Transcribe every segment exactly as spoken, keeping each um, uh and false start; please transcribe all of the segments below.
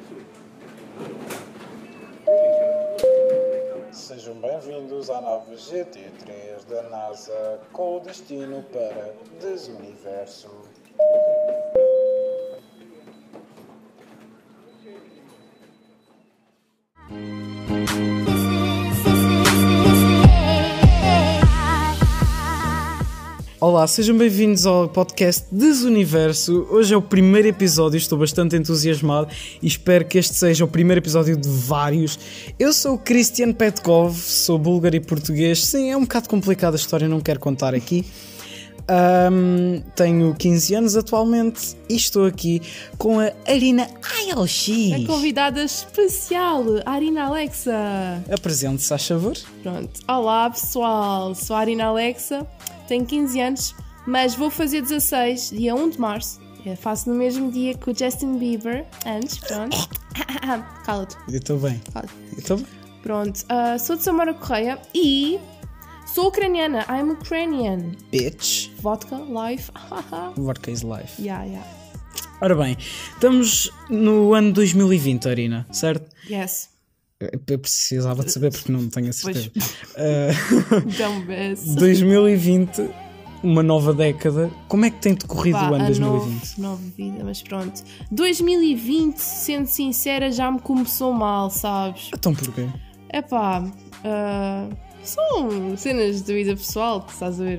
Sejam bem-vindos à nave G T três da NASA com o destino para Desuniverso. Olá, sejam bem-vindos ao podcast Desuniverso. Hoje é o primeiro episódio, estou bastante entusiasmado e espero que este seja o primeiro episódio de vários. Eu sou o Christian Petkov, sou búlgaro e português. Sim, é um bocado complicada a história, não quero contar aqui. Um, tenho quinze anos atualmente e estou aqui com a Arina I L X. A convidada especial, a Arina Alexa. Apresente-se, a favor. Pronto. Olá pessoal, sou a Arina Alexa, tenho quinze anos, mas vou fazer dezasseis, dia um de março. Eu faço no mesmo dia que o Justin Bieber, antes, pronto. Cala-te. Eu estou bem. Cala-te. Eu estou bem. Pronto, uh, sou de Samora Correia e sou ucraniana. I'm Ukrainian. Bitch. Vodka, life. Vodka is life. Yeah, yeah. Ora bem, estamos no ano dois mil e vinte, Arina, certo? Yes. Eu precisava de saber porque não tenho a certeza. Dumb best. dois mil e vinte, uma nova década. Como é que tem decorrido Pá, o ano dois mil e nove, vinte? Nova vida, mas pronto. dois mil e vinte, sendo sincera, já me começou mal, sabes? Então porquê? Epá, uh, são cenas de vida pessoal, tu estás a ver?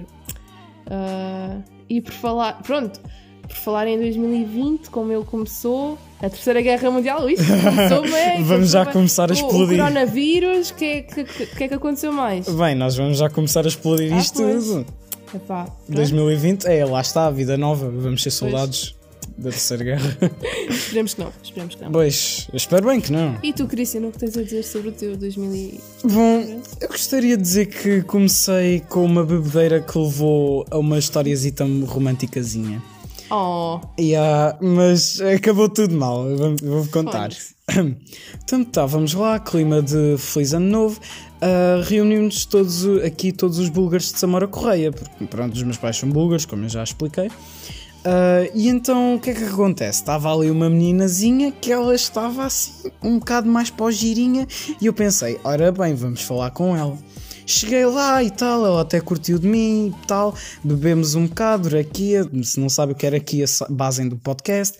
Uh, e por falar, pronto, por falar em dois mil e vinte, como ele começou, a Terceira Guerra Mundial, isso começou bem. Vamos já bem. começar a o, explodir. O coronavírus, o que, é que, que, que é que aconteceu mais? Bem, nós vamos já começar a explodir Ah, isto pois. tudo. Epá, dois mil e vinte, é, lá está, a vida nova. Vamos ser soldados da Terceira Guerra. esperemos que não, esperemos que não. Pois, eu espero bem que não. E tu, Cristiano, o que tens a dizer sobre o teu dois mil e vinte? Bom, eu gostaria de dizer que comecei com uma bebedeira que levou a uma historiazita românticazinha. Oh, Yeah, mas acabou tudo mal, eu vou- eu vou contar. Então tá, vamos lá, clima de Feliz Ano Novo. Uh, Reunimos-nos todos o- aqui, todos os búlgaros de Samora Correia, porque pronto, os meus pais são búlgaros, como eu já expliquei. Uh, e então o que é que acontece? Estava ali uma meninazinha que ela estava assim, um bocado mais pós-girinha, e eu pensei, ora bem, vamos falar com ela. Cheguei lá e tal, ela até curtiu de mim e tal, bebemos um bocado, raquia, se não sabe o que é raquia, basem do podcast.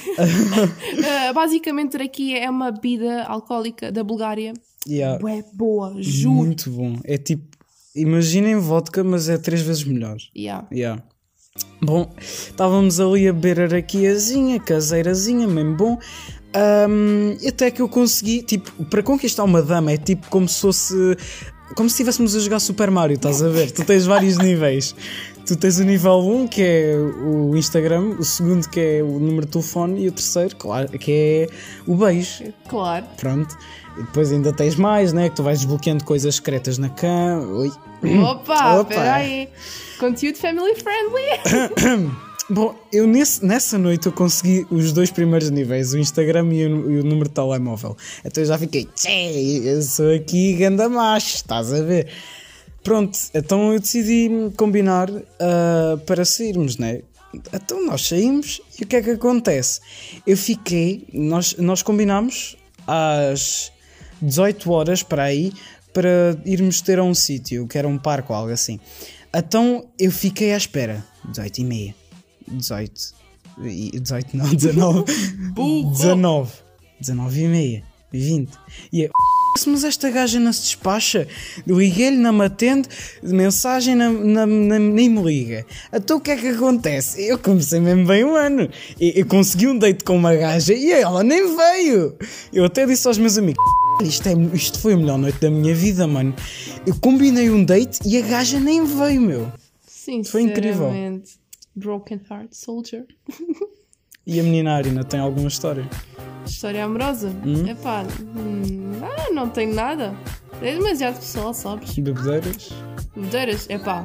Uh, basicamente, aqui é uma bebida alcoólica da Bulgária. Yeah, Ué, boa, juro. muito bom, é tipo, imaginem vodka, mas é três vezes melhor. Yeah. Yeah. Bom, estávamos ali a beber a raquiazinha, caseirazinha, mesmo bom. Um, até que eu consegui, tipo, para conquistar uma dama é tipo como se fosse, como se estivéssemos a jogar Super Mario, estás a ver? Tu tens vários níveis. Tu tens o nível um, que é o Instagram, o segundo, que é o número de telefone, e o terceiro, claro, que é o beijo. Claro. Pronto. E depois ainda tens mais, né? Que tu vais desbloqueando coisas secretas na cama. Oi. Opa, Opa. espera aí. Conteúdo family friendly. Bom, eu nesse, nessa noite eu consegui os dois primeiros níveis, o Instagram e o, e o número de telemóvel. Então eu já fiquei, tchê, eu sou aqui ganda macho, estás a ver? Pronto, então eu decidi combinar uh, para sairmos, né? Então nós saímos e o que é que acontece? Eu fiquei, nós, nós combinámos às dezoito horas para aí, para irmos ter a um sítio, que era um parque ou algo assim. Então eu fiquei à espera, dezoito e meia. dezoito, dezoito não, dezanove, dezanove, dezanove e meia, vinte, e é, mas esta gaja não se despacha, liguei-lhe, não me atende, mensagem não, não, não, nem me liga. Então o que é que acontece? Eu comecei mesmo bem o ano, eu, eu consegui um date com uma gaja e ela nem veio. Eu até disse aos meus amigos, isto, é, isto foi a melhor noite da minha vida, mano. Eu combinei um date e a gaja nem veio, meu. Foi incrível. Broken Heart Soldier. E a menina Arina tem alguma história? História amorosa? Hum? Epá, hum, ah, não tenho nada. É demasiado pessoal, sabes? Bebedeiras? Bebedeiras? Epá.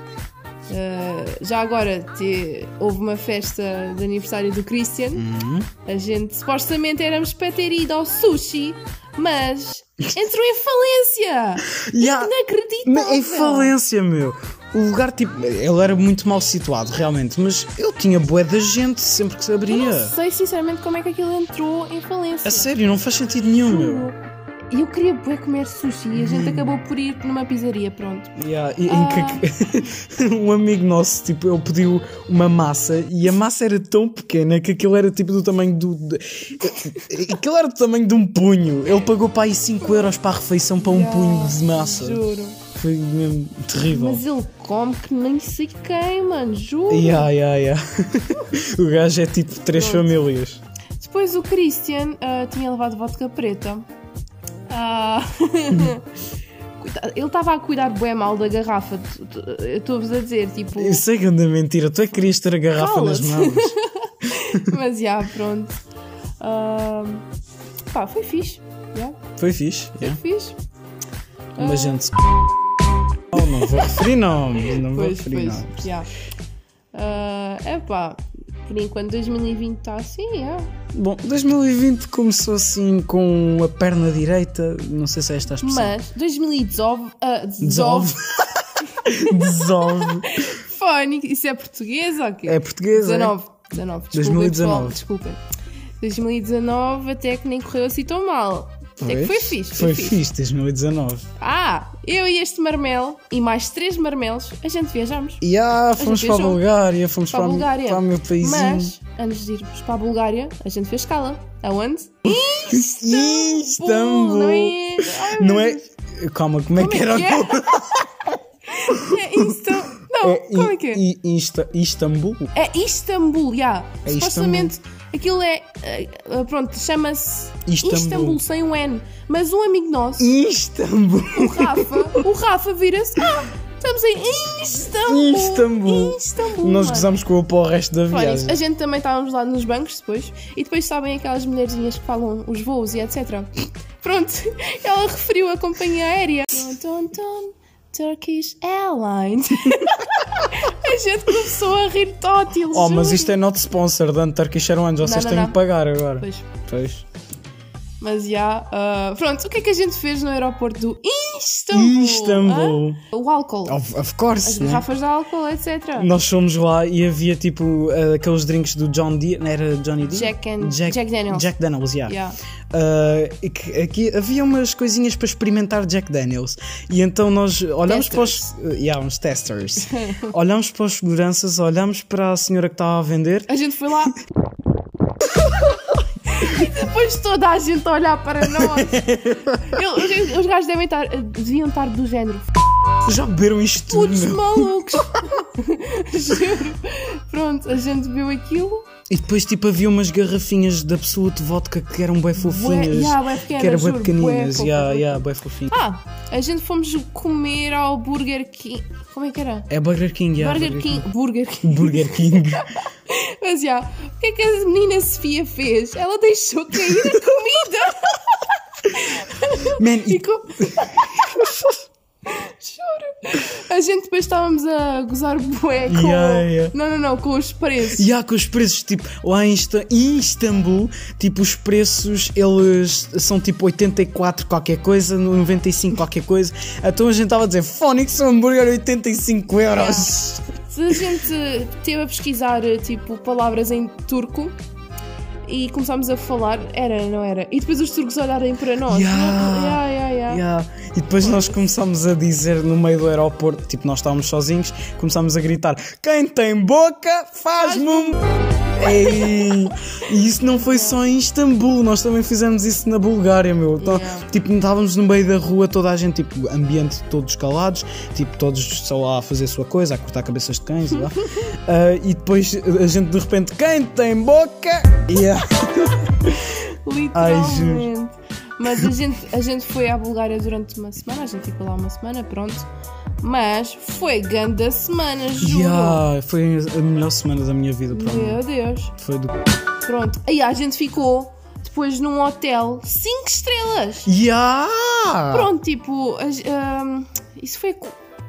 Uh, já agora te, houve uma festa de aniversário do Christian. Uhum. A gente supostamente éramos para ter ido ao sushi, mas entrou em falência. Yeah. Inacreditável. Em falência, meu. o lugar, tipo, ele era muito mal situado, realmente, mas ele tinha bué da gente sempre que se abria. Não sei sinceramente como é que aquilo entrou em falência. A sério, não faz sentido nenhum, meu. E eu queria bué comer sushi e a gente acabou por ir numa pizzaria, pronto. Yeah, e, Ah. em que, um amigo nosso, tipo, ele pediu uma massa e a massa era tão pequena que aquilo era tipo do tamanho do. De, aquilo era do tamanho de um punho. Ele pagou para aí cinco euros para a refeição para um Yeah, punho de massa. Juro. Foi mesmo terrível. Mas ele come que nem sei quem, mano, juro. Yeah, yeah, yeah. O gajo é tipo três Pronto. famílias. Depois o Christian ah, tinha levado vodka preta. Ah, coitado, ele estava a cuidar bué mal da garrafa. Tu- tu- Eu estou-vos a dizer, tipo. Eu sei que anda mentira, tu é que querias ter a garrafa nas Cala-te. mãos. Mas já, pronto. Ah, pá, foi fixe. Já, Foi fixe, foi yeah. fixe. Mas gente. Oh, não vou referir nomes, não vou Pois, referir pois, nomes. já. Ah, é pá, por enquanto dois mil e vinte está assim, já. Bom, dois mil e vinte começou assim com a perna direita, não sei se é esta a expressão. Mas dois mil e dezenove. ah, Desolve. dezenove. Desolve. Fónico, isso é português ou quê? É português, é? dezanove. dezanove. dois mil e Desculpem, dezanove. pessoal, desculpem. dois mil e dezanove até que nem correu assim tão mal. Até que foi Pois, fixe. Foi fixe. fixe, dois mil e dezanove. Ah, eu e este marmelo e mais três marmelos, a gente viajamos. E ah, fomos gente para a viajou. Bulgária, fomos Para para, a Bulgária. para o meu paísinho. Mas, antes de irmos para a Bulgária, a gente fez escala. Aonde? Istambul. Não é? Ai, Não meu é? Deus. Calma, como é Como que é era que o é? nome? É Insta... Não, como é que é? I- I- Insta- Istambul? É Istambul, já. É Supostamente aquilo é. eh, eh, pronto, chama-se Istambul. Istambul sem o N. Mas um amigo nosso, Istambul. o Rafa, o Rafa vira-se. Ah, estamos em Istambul. Istambul. Istambul. Nós mano. gozámos com o para o resto da Fónix, viagem. a gente também estávamos lá nos bancos depois. E depois sabem aquelas mulherzinhas que falam os voos e etcétera. Pronto, ela referiu a companhia aérea. Tom, tom, tom, Turkish Airlines. A gente começou a rir tótil. Oh, mas juro. isto é not sponsor da Turkish Airlines, vocês não, têm não. que pagar agora. Pois. Pois. Mas já, ah, pronto, o que é que a gente fez no aeroporto do Istambul? Istambul. Ah? O álcool, Of, of as course, né? garrafas de álcool, etcétera. Nós fomos lá e havia tipo eh, aqueles drinks do John Deere, não era Johnny Deere? Jack and- Jack Daniels. Jack Daniels, yeah. Yeah. Uh, e que aqui havia umas coisinhas para experimentar Jack Daniels e então nós olhamos Testers. para os uh, yeah, uns testers olhamos para os seguranças, olhamos para a senhora que estava a vender. A gente foi lá. E depois toda a gente a olhar para nós. Eu- os, os gajos devem estar, deviam estar do género. Já beberam isto tudo, Putos meu? malucos. Juro. Pronto, a gente viu aquilo. E depois tipo havia umas garrafinhas de Absolute Vodka que eram bem fofinhas, yeah, bué pequenas, que eram bem juro, bué pequeninas, fofas, yeah, bué yeah, bem fofinhas. Ah, a gente fomos comer ao Burger King. Como é que era? É Burger King, yeah, Burger King. Burger King. Burger King. Mas já, o que é que a menina Sofia fez? Ela deixou cair a comida. Man, E e com... Juro. A gente depois estávamos a gozar bué com... Yeah, yeah. Não, não, não, com os preços. E há com os preços, tipo, lá em, Ista- em Istambul, tipo, os preços, eles são tipo oitenta e quatro qualquer coisa, noventa e cinco qualquer coisa. Então a gente estava a dizer, Fónix, um hambúrguer oitenta e cinco euros. Se a gente teve a pesquisar, tipo, palavras em turco e começámos a falar, era, não era? E depois os turcos olharem para nós. Yeah. Não, yeah, yeah, yeah. Yeah. E depois nós começámos a dizer no meio do aeroporto, tipo, nós estávamos sozinhos, começámos a gritar, quem tem boca faz-me um... Ei, e isso não foi só em Istambul, nós também fizemos isso na Bulgária, meu. Então, Yeah. tipo, estávamos no meio da rua, toda a gente, tipo, ambiente todos calados, tipo, todos, sei lá, a fazer a sua coisa, a cortar cabeças de cães, e lá. Ah, e depois a gente de repente, quem tem boca? Yeah. Ai, Literalmente. Mas a gente, a gente foi à Bulgária durante uma semana, a gente ficou lá uma semana, pronto. Mas foi grande semana, juro. Yeah, foi a melhor semana da minha vida, para mim. Meu Deus. Foi do... Pronto. Aí a gente ficou depois num hotel cinco estrelas. Yeah! Pronto, tipo, as- ahm, isso foi. co-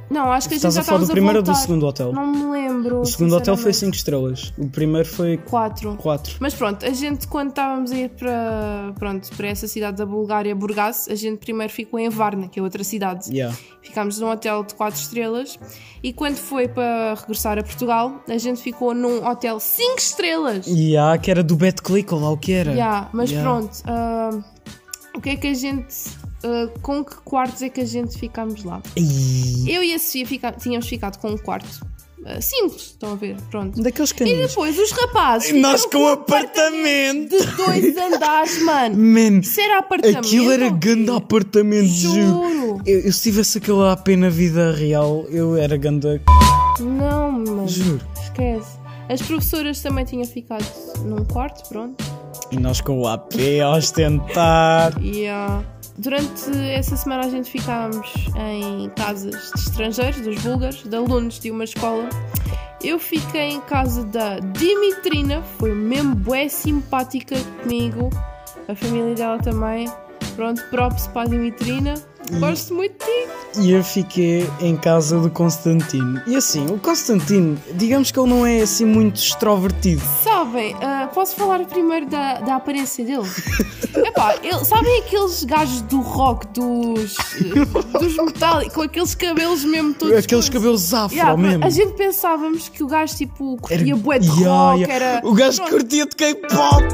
Não, acho que a gente Estás já a falar estávamos do primeiro ou do voltar. segundo hotel? Não me lembro. O segundo hotel foi sinceramente. cinco estrelas. O primeiro foi quatro. quatro. Mas pronto, a gente quando estávamos a ir para, pronto, para essa cidade da Bulgária, Burgas, a gente primeiro ficou em Varna, que é outra cidade. Yeah. Ficámos num hotel de quatro estrelas e quando foi para regressar a Portugal, a gente ficou num hotel cinco estrelas. Yeah, que era do Betclic, ou lá o que era. Yeah, mas Yeah. pronto, ah, o que é que a gente... ah, com que quartos é que a gente ficámos lá? Ih, Eu e a Sofia fica- tínhamos ficado com um quarto ah, simples, estão a ver, pronto. daqueles E caninhos. depois os rapazes Nós ficaram com um apartamento. de dois andares, mano. Man, Isso era apartamento? aquilo era ou quê? grande apartamento, juro. Juro. Eu, eu se tivesse aquilo A P na vida real, eu era ganda. Não, mano. Juro. Esquece. As professoras também tinham ficado num quarto, pronto. E nós com o A P a ostentar. E ah, durante essa semana a gente ficámos em casas de estrangeiros, dos búlgaros, de alunos de uma escola. Eu fiquei em casa da Dimitrina, foi mesmo bué simpática comigo. A família dela também. Pronto, props para a Dimitrina. Gosto muito de ti. E eu fiquei em casa do Constantino. E assim, o Constantino, digamos que ele não é assim muito extrovertido. Sabem, ah, posso falar primeiro da, da aparência dele? Epá, ele, sabem aqueles gajos do rock, dos, dos metálicos, com aqueles cabelos mesmo todos... Aqueles coisas? cabelos afro Yeah, mesmo. a gente pensávamos que o gajo tipo curtia bué de Yeah, rock, yeah. era... O gajo pronto, curtia de K-pop.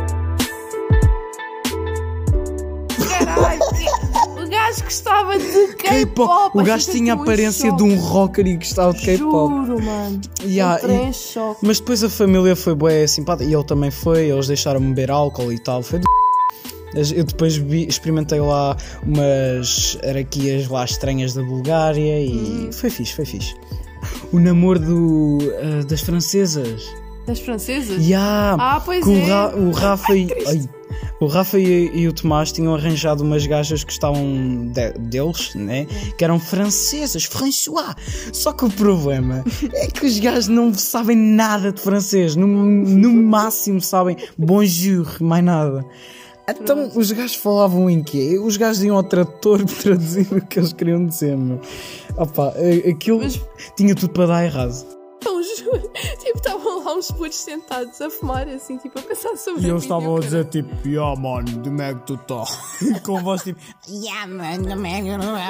caralho, o gajo gostava de K-pop. O a gajo gente tinha a entrou em aparência choque. de um rocker e gostava de K-pop. Juro, mano. Yeah, Entrei e- em choque. Mas depois a família foi bué simpática e ele também foi, eles deixaram-me beber álcool e tal, foi do eu depois vi- experimentei lá umas araquias lá estranhas da Bulgária e Hum. foi fixe, foi fixe. O namoro do, ah, das francesas. Das francesas? Yeah, Ah, pois que o, é. Ra- o Rafa e, ai, o Rafa e, e o Tomás tinham arranjado umas gajas que estavam de- deles, né? Que eram francesas, François. Só que o problema é que os gajos não sabem nada de francês. No, no máximo sabem bonjour, mais nada. Então os gajos falavam em quê? Os gajos iam ao trator traduzir o que eles queriam dizer, meu. Opa, a- aquilo Mas- tinha tudo para dar errado. Não, juro. Tipo, estavam lá uns putos sentados a fumar, assim, tipo, a pensar sobre E a eles vida, estavam a eu, dizer tipo, yeah mano, de como é que tu tá? Com voz tipo, Yeah, man, the man.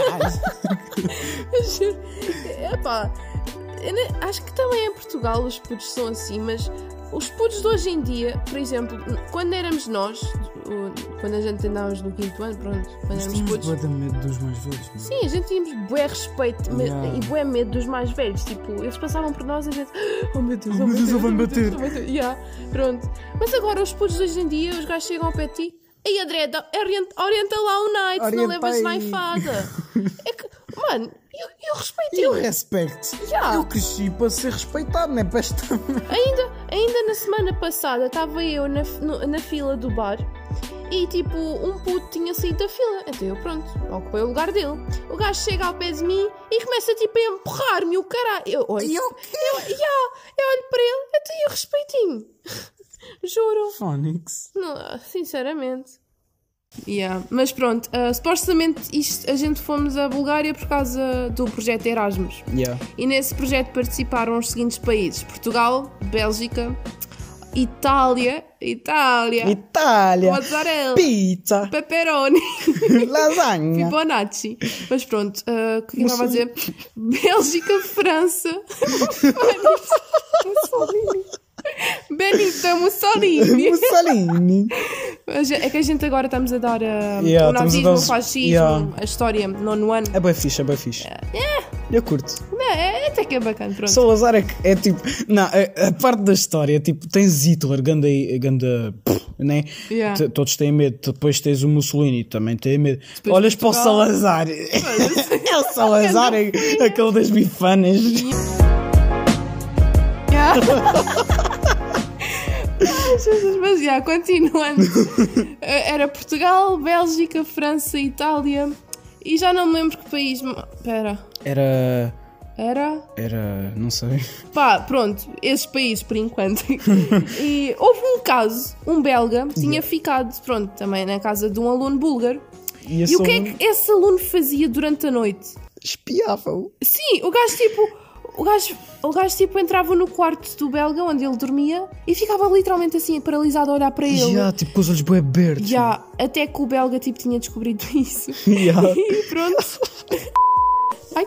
Juro. Epá, eu ne- acho que também em Portugal os putos são assim, mas os putos de hoje em dia, por exemplo, quando éramos nós, o- quando a gente andávamos no quinto ano, pronto, quando éramos putos, bué de medo dos mais velhos. Mano. sim, a gente tínhamos bué respeito me- Yeah. e bué medo dos mais velhos. Tipo, eles passavam por nós e a gente, oh meu Deus, Oh, meu Deus, ele vai oh, meu Deus, bater. oh, meu Deus. Yeah, pronto. Mas agora os putos de hoje em dia, os gajos chegam ao pé de ti, ei André, dá- orienta, orienta lá o night, se não Orienta levas na aí." enfada. É que, mano, eu, eu respeito E o ele. respeito? Yeah. Eu cresci para ser respeitado, não é para estar. Ainda, ainda na semana passada estava eu na, no- na fila do bar e tipo um puto tinha saído da fila. Então eu pronto, ocupei o lugar dele. O gajo chega ao pé de mim e começa tipo a empurrar-me o caralho. Eu olho, E eu, o quê? yeah, eu olho para ele, até eu respeitinho. Juro. Phonics. Não, sinceramente. Yeah. Mas pronto, uh, supostamente isto, a gente fomos à Bulgária por causa do projeto Erasmus. Yeah. E nesse projeto participaram os seguintes países: Portugal, Bélgica, Itália, Itália, Itália. mozzarella, Pizza. pepperoni, Lasanha. Fibonacci. Mas pronto, uh, o que eu estava a dizer? Bélgica, França, Mussolini. Benito Mussolini. Mussolini. É que a gente agora estamos a dar uh, Yeah, o estamos a nazismo, dar o os- fascismo, yeah. a história, nono ano. É bem fixe, é bem fixe. Eu curto. Não, é até que é bacana, pronto. Salazar é, que- é tipo. Não, a, a parte da história é tipo: tens Hitler, ganda. ganda pff, né? Yeah. T- Todos têm medo. Depois tens o Mussolini, também tem medo. Depois Olhas para o Portugal. Salazar. É o Salazar, é aquele das bifanas. Ai, Jesus, mas já, continuando. Era Portugal, Bélgica, França, Itália e já não me lembro que país. Espera, Era. era? Era. Não sei. Pá, pronto, esses países por enquanto. E houve um caso, um belga tinha ficado, pronto, também na casa de um aluno búlgaro. E, esse E o que é aluno- que esse aluno fazia durante a noite? Espiavam. Sim, o gajo tipo... O gajo, o gajo tipo entrava no quarto do belga onde ele dormia e ficava literalmente assim paralisado a olhar para ele. Yeah, tipo com os olhos bem abertos. Yeah, até que o belga tipo tinha descobrido isso. Yeah. E pronto. Ai.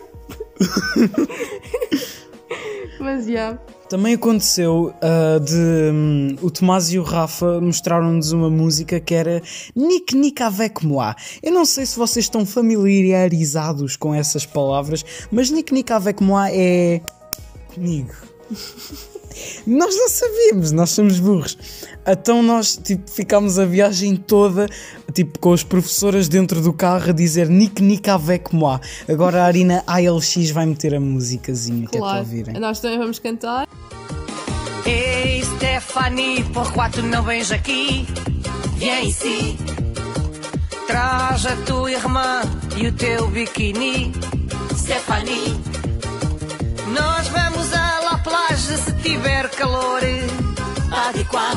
Mas já. Yeah. Também aconteceu uh, de um, o Tomás e o Rafa mostraram-nos uma música que era Nick Nick avec moi. Eu não sei se vocês estão familiarizados com essas palavras, mas Nick Nick avec moi é comigo. Nós não sabíamos, nós somos burros. Então nós tipo, ficámos a viagem toda tipo, com as professoras dentro do carro a dizer Nick Nick avec moi. Agora a Arina A L X vai meter a musicazinha, claro, que é para ouvirem. Nós também vamos cantar. Ei, Stephanie, pourquoi tu não vens aqui? Viens ici. Traz a tua irmã e o teu biquíni. Stephanie, nós vamos a La Plage se tiver calor. Pas de quoi?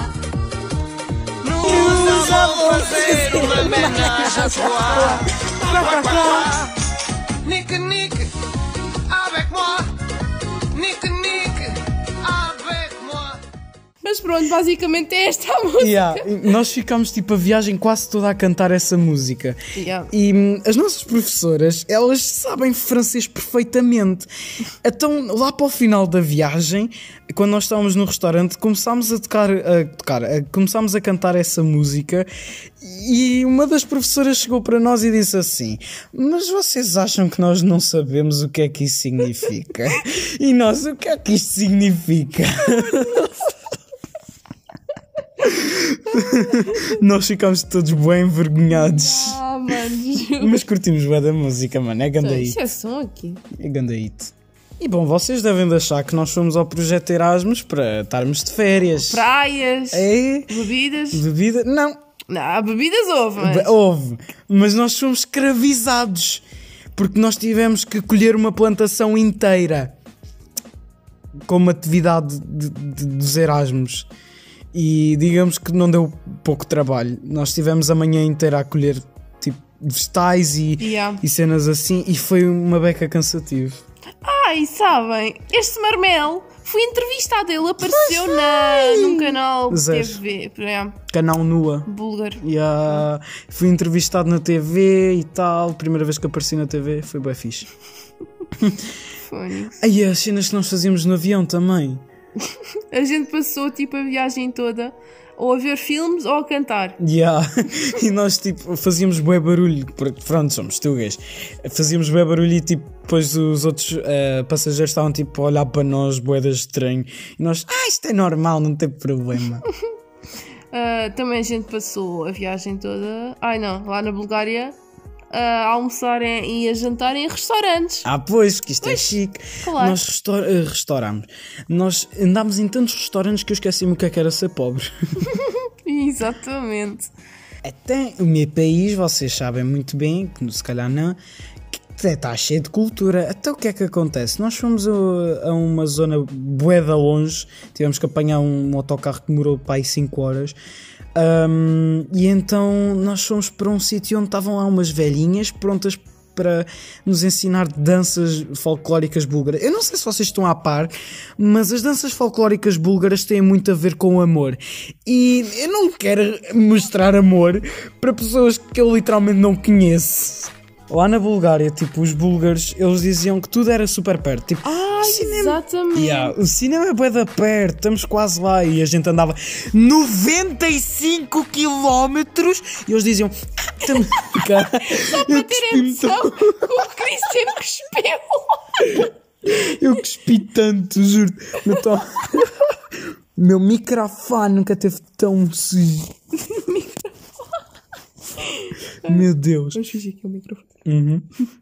Nous allons fazer uma homenagem à toi. Nick Nick avec moi. Nick Nick avec moi. Mas pronto, basicamente é esta a música. Yeah, nós ficámos tipo a viagem quase toda a cantar essa música. Yeah. E hum, as nossas professoras, elas sabem francês perfeitamente. Então, lá para o final da viagem, quando nós estávamos no restaurante, começámos a tocar, a tocar, a, começámos a cantar essa música e uma das professoras chegou para nós e disse assim: mas vocês acham que nós não sabemos o que é que isso significa? E nós, o que é que isto significa? Nós ficámos todos bem envergonhados. Ah, mano, juro. Mas curtimos bem da música, mano. É ganda hit. Isso é som aqui. É ganda hit. E bom, vocês devem de achar que nós fomos ao projeto Erasmus para estarmos de férias. Praias, É? bebidas. Bebida? Não. Não, bebidas houve, mas... Be- Houve. Mas nós fomos escravizados. Porque nós tivemos que colher uma plantação inteira como atividade de, de, dos Erasmus. E digamos que não deu pouco trabalho. Nós tivemos a manhã inteira a colher tipo vegetais e, Yeah. e cenas assim. E foi uma beca cansativa. Ah, e sabem, este Marmel foi entrevistado, ele apareceu na, num canal de Zero. T V, é, Canal Nua. búlgaro. E ah, fui entrevistado na T V e tal. Primeira vez que apareci na T V, foi bem fixe. Funny. Aí as cenas que nós fazíamos no avião também. A gente passou tipo a viagem toda ou a ver filmes ou a cantar. Yeah. E nós tipo fazíamos bué barulho, porque pronto, somos tugas. Fazíamos bué barulho e tipo depois os outros uh, passageiros estavam tipo a olhar para nós bué estranho. E nós, ah, isto é normal, não tem problema. Uh, também a gente passou a viagem toda. Ai não, lá na Bulgária. A almoçarem e a jantarem em restaurantes. Ah, pois, que isto Pois, é chique. claro. Nós restaur uh, restaurámos. Nós andámos em tantos restaurantes que eu esqueci-me o que é que era ser pobre. Exatamente. Até o meu país, vocês sabem muito bem, que se calhar não, que está cheio de cultura. Até o que é que acontece? Nós fomos a, a uma zona bué da longe, tivemos que apanhar um autocarro que demorou para aí cinco horas. Um, e então nós fomos para um sítio onde estavam lá umas velhinhas prontas para nos ensinar danças folclóricas búlgaras. Eu não sei se vocês estão a par, mas as danças folclóricas búlgaras têm muito a ver com amor. E eu não quero mostrar amor para pessoas que eu literalmente não conheço. Lá na Bulgária, tipo, os búlgaros, eles diziam que tudo era super perto. Tipo, Ah, o cinema... exatamente. Yeah, o cinema é bué da perto, estamos quase lá. E a gente andava noventa e cinco quilómetros e eles diziam... Cara, Só para terem noção, o Cristiano cuspiu. eu cuspi tanto, juro. Meu, to... Meu microfone nunca teve tão sujo. Meu Deus. Vamos fingir que é o microfone. Uhum.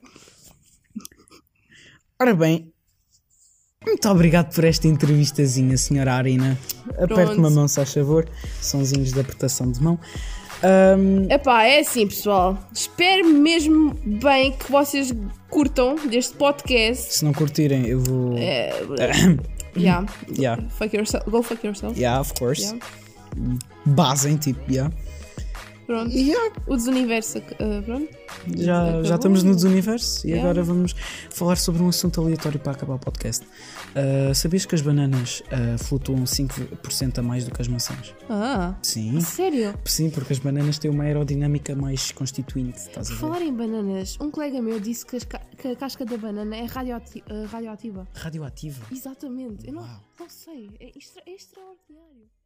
Ora bem, muito obrigado por esta entrevistazinha, senhora Arina. Aperte-me a mão, se faz favor. Sonzinhos de apertação de mão. Um, Epá, é assim, pessoal. Espero mesmo bem que vocês curtam deste podcast. se não curtirem, eu vou. É, yeah. Yeah, Fuck yourself. Go fuck yourself. yeah, of course. Yeah. Basem, tipo, yeah. Pronto. Yeah. O desuniverso, uh, pronto. Já, Acabou. já estamos no desuniverso e Yeah. agora vamos falar sobre um assunto aleatório para acabar o podcast. Uh, sabias que as bananas uh, flutuam cinco por cento a mais do que as maçãs? Ah, Sim. sério? Sim, porque as bananas têm uma aerodinâmica mais constituinte, estás a Por ver? falar em bananas, um colega meu disse que, as ca- que a casca da banana é radioati- uh, radioativa. Radioativa. Exatamente. Eu não, Uau. não sei. É, extra- é extraordinário.